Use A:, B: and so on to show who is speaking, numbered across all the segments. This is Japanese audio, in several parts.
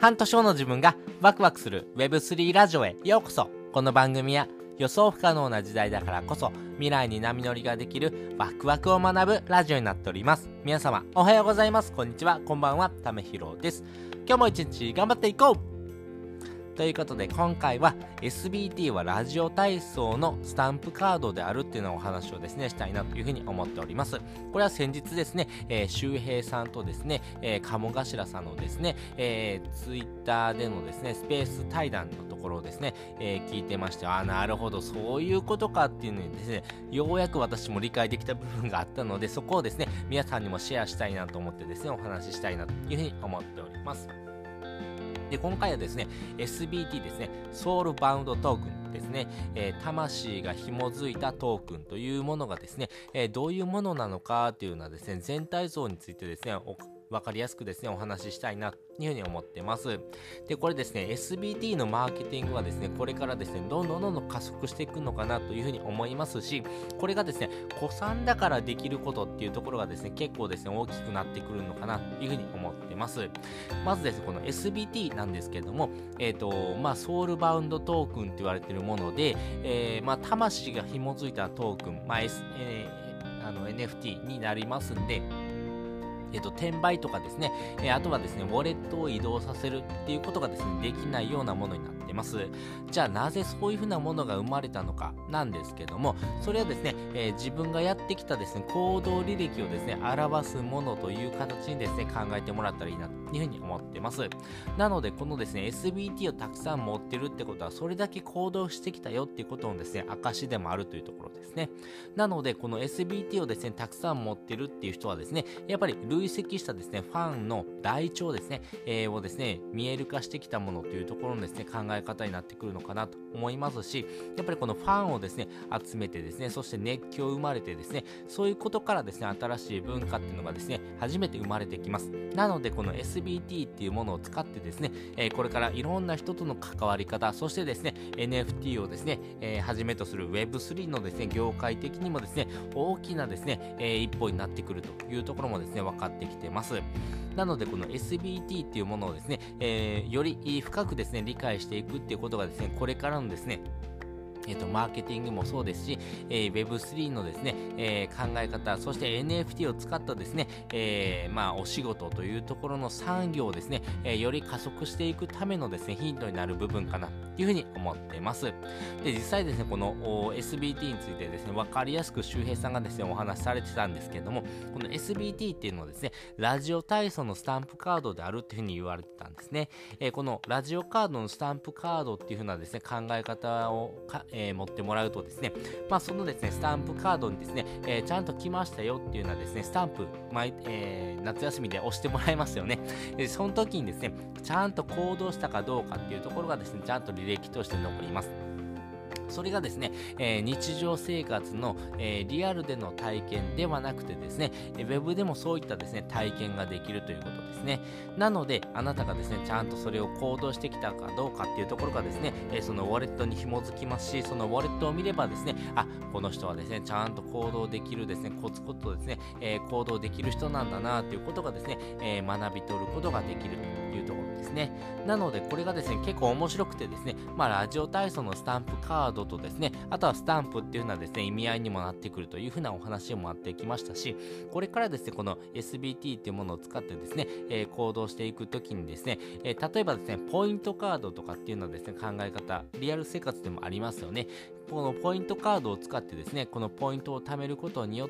A: 半年後の自分がワクワクする Web3 ラジオへようこそ。この番組は予想不可能な時代だからこそ未来に波乗りができるワクワクを学ぶラジオになっております。皆様おはようございます。こんにちは、こんばんは。ためひろです。今日も一日頑張っていこうということで、今回は SBT はラジオ体操のスタンプカードであるっていうのをお話をですねしたいなというふうに思っております。これは先日ですね、周平さんとですね、鴨頭さんのですね、ツイッターでのですねスペース対談のところをですね、聞いてまして、なるほど、そういうことかっていうのにですね、ようやく私も理解できた部分があったので、そこをですね皆さんにもシェアしたいなと思ってですねお話ししたいなというふうに思っております。で、今回はですね SBT ですね、ソウルバウンドトークンですね、魂が紐づいたトークンというものがですね、どういうものなのかというようなですね全体像についてですね分かりやすくですねお話ししたいなというふうに思ってます。で、これですね SBT のマーケティングはですねこれからですねどんどん加速していくのかなというふうに思いますし、これがですね古参だからできることっていうところがですね結構ですね大きくなってくるのかなというふうに思ってます。まずですねこの SBT なんですけれども、ソウルバウンドトークンと言われているもので、魂が紐づいたトークン、NFT になりますんで、転売とかですね、あとはですねウォレットを移動させるっていうことがですねできないようなものになってます。じゃあなぜそういうふうなものが生まれたのかなんですけども、それはですね、自分がやってきたですね行動履歴をですね表すものという形にですね考えてもらったらいいなというふうに思ってます。なのでこのですね SBT をたくさん持ってるってことは、それだけ行動してきたよっていうことのですね証でもあるというところですね。なのでこの SBT をですねたくさん持ってるっていう人はですね、やっぱり累積したですねファンの台帳ですね、をですね見える化してきたものというところのですね考え方になってくるのかなと思いますし、やっぱりこのファンをですね集めてですね、そして熱狂生まれてですね、そういうことからですね新しい文化っていうのがですね初めて生まれてきます。なのでこの SBT っていうものを使ってですね、これからいろんな人との関わり方、そしてですね NFT をですね、はじめとする Web3 のですね業界的にもですね大きなですね、一歩になってくるというところもですね分かってきてます。なのでこの SBT っていうものをですね、より深くですね理解していくっていうことがですねこれからのですねマーケティングもそうですし、Web3 のですね、考え方、そして NFT を使ったですね、お仕事というところの産業をですね、より加速していくためのですね、ヒントになる部分かなというふうに思っています。で、実際ですね、この SBT についてですね、わかりやすく周平さんがですね、お話しされてたんですけれども、この SBT っていうのはですね、ラジオ体操のスタンプカードであるっていうふうに言われてたんですね。このラジオカードのスタンプカードっていうふうなですね、考え方を持ってもらうとですね、そのですねスタンプカードにですね、ちゃんと来ましたよっていうようなですねスタンプ、夏休みで押してもらえますよね。その時にですねちゃんと行動したかどうかっていうところがですねちゃんと履歴として残ります。それがですね、日常生活の、リアルでの体験ではなくてですね、ウェブでもそういったですね体験ができるということですね。なのであなたがですねちゃんとそれを行動してきたかどうかっていうところがですね、そのウォレットに紐づきますし、そのウォレットを見ればですね、この人はですねちゃんと行動できるですね、コツコツとですね、行動できる人なんだなということがですね、学び取ることができるというところですね。なのでこれがですね結構面白くてですね、ラジオ体操のスタンプカードとですね、あとはスタンプっていう風なですね意味合いにもなってくるという風なお話もあってきましたし、これからですねこの SBT っていうものを使ってですね、行動していくときにですね、例えばですねポイントカードとかっていうのはですね考え方、リアル生活でもありますよね。このポイントカードを使ってですねこのポイントを貯めることによって、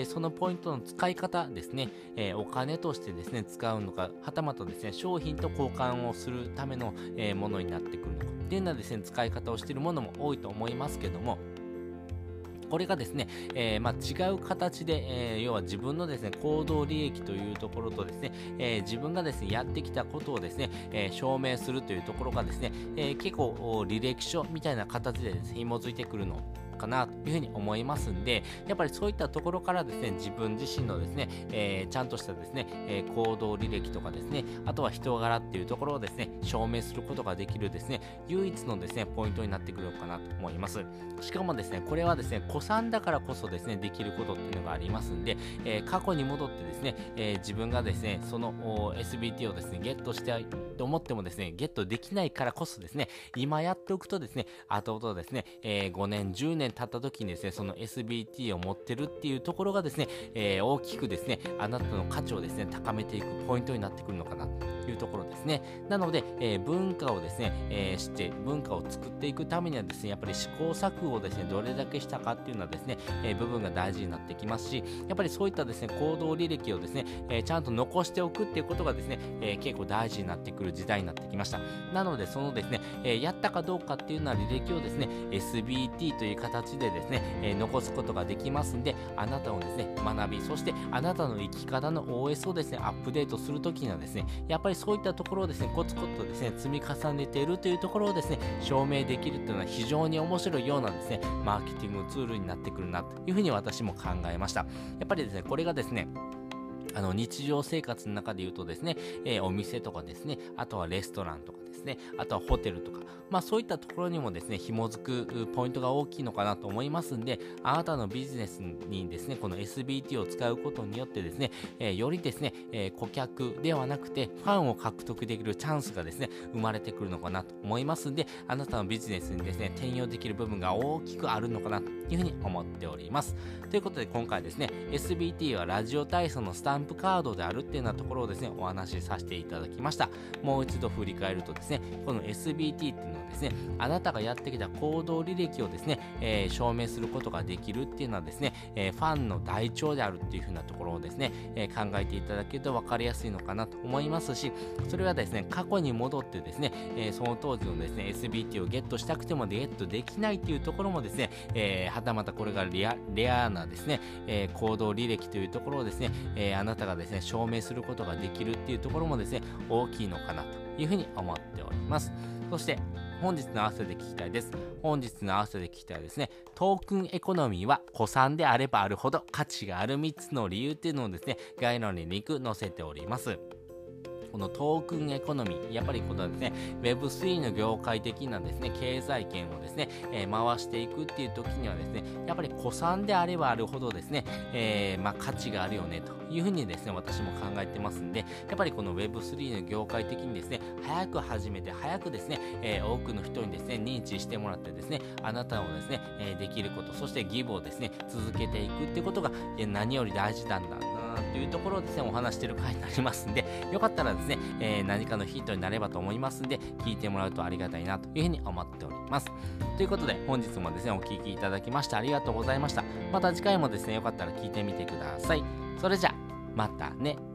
A: そのポイントの使い方ですね、お金としてですね使うのか、はたまたですね商品と交換をするための、ものになってくるのかっていうのはですね使い方をしているものも多いと思いますけども、これがですね、違う形で、要は自分のですね行動履歴というところとですね、自分がですねやってきたことをですね、証明するというところがですね、結構履歴書みたいな形でですね紐づいてくるのかなというふうに思いますんで、やっぱりそういったところからですね、自分自身のですね、ちゃんとしたですね、行動履歴とかですね、あとは人柄っていうところをですね、証明することができるですね、唯一のですね、ポイントになってくるのかなと思います。しかもですね、これはですね、子さんだからこそですね、できることっていうのがありますんで、過去に戻ってですね、自分がですね、そのSBT をですね、ゲットしたいと思ってもですね、ゲットできないからこそですね、今やっておくとですね、後々ですね、5年、10年経った時にですね、その SBT を持ってるっていうところがですね、大きくですね、あなたの価値をですね、高めていくポイントになってくるのかなというところですね。なので、文化をですね、知って文化を作っていくためにはですね、やっぱり試行錯誤をですね、どれだけしたかっていうのはですね、部分が大事になってきますし、やっぱりそういったですね、行動履歴をですね、ちゃんと残しておくっていうことがですね、結構大事になってくる時代になってきました。なので、そのですね、やったかどうかっていうのは履歴をですね、SBT という形でですね、残すことができますんで、あなたのですね、学び、そしてあなたの生き方の OS をですね、アップデートするときにはですね、やっぱりそういったところをですね、コツコツとですね、積み重ねているというところをですね、証明できるというのは非常に面白いようなですね、マーケティングツールになってくるなというふうに私も考えました。やっぱりですね、これがですね、日常生活の中で言うとですね、お店とかですね、あとはレストランとかですね、あとはホテルとか、そういったところにもですね、紐づくポイントが大きいのかなと思いますんで、あなたのビジネスにですね、この SBT を使うことによってですね、よりですね、顧客ではなくてファンを獲得できるチャンスがですね、生まれてくるのかなと思いますんで、あなたのビジネスにですね、転用できる部分が大きくあるのかなというふうに思っております。ということで今回ですね、SBT はラジオ体操のスタンプカードであるっていうようなところをですね、お話しさせていただきました。もう一度振り返るとですね、この SBT っていうのはですね、あなたがやってきた行動履歴をですね、証明することができるっていうのはですね、ファンの台帳であるっていう風なところをですね、考えていただけると分かりやすいのかなと思いますし、それはですね、過去に戻ってですね、その当時のですね、SBT をゲットしたくてもゲットできないっていうところもですね、はたまたこれがレアなですね、行動履歴というところをですね、あなたがですね、証明することができるっていうところもですね、大きいのかなというふうに思っております。そして本日の合わせで聞きたいです。本日の合わせで聞きたいですね、トークンエコノミーは古参であればあるほど価値がある3つの理由っていうのをですね、概要欄にリンク載せております。このトークンエコノミー、やっぱりこのですね、Web3 の業界的なですね、経済圏をですね、回していくっていう時にはですね、やっぱり古参であればあるほどですね、価値があるよねというふうにですね、私も考えてますんで、やっぱりこの Web3 の業界的にですね、早く始めて、早くですね、多くの人にですね、認知してもらってですね、あなたをですね、できること、そしてギブをですね、続けていくっていうことが何より大事なんだなというところをですね、お話している回になりますんで、よかったらですね、何かのヒントになればと思いますんで、聞いてもらうとありがたいなというふうに思っております。ということで、本日もですね、お聞きいただきましてありがとうございました。また次回もですね、よかったら聞いてみてください。それじゃ、またね。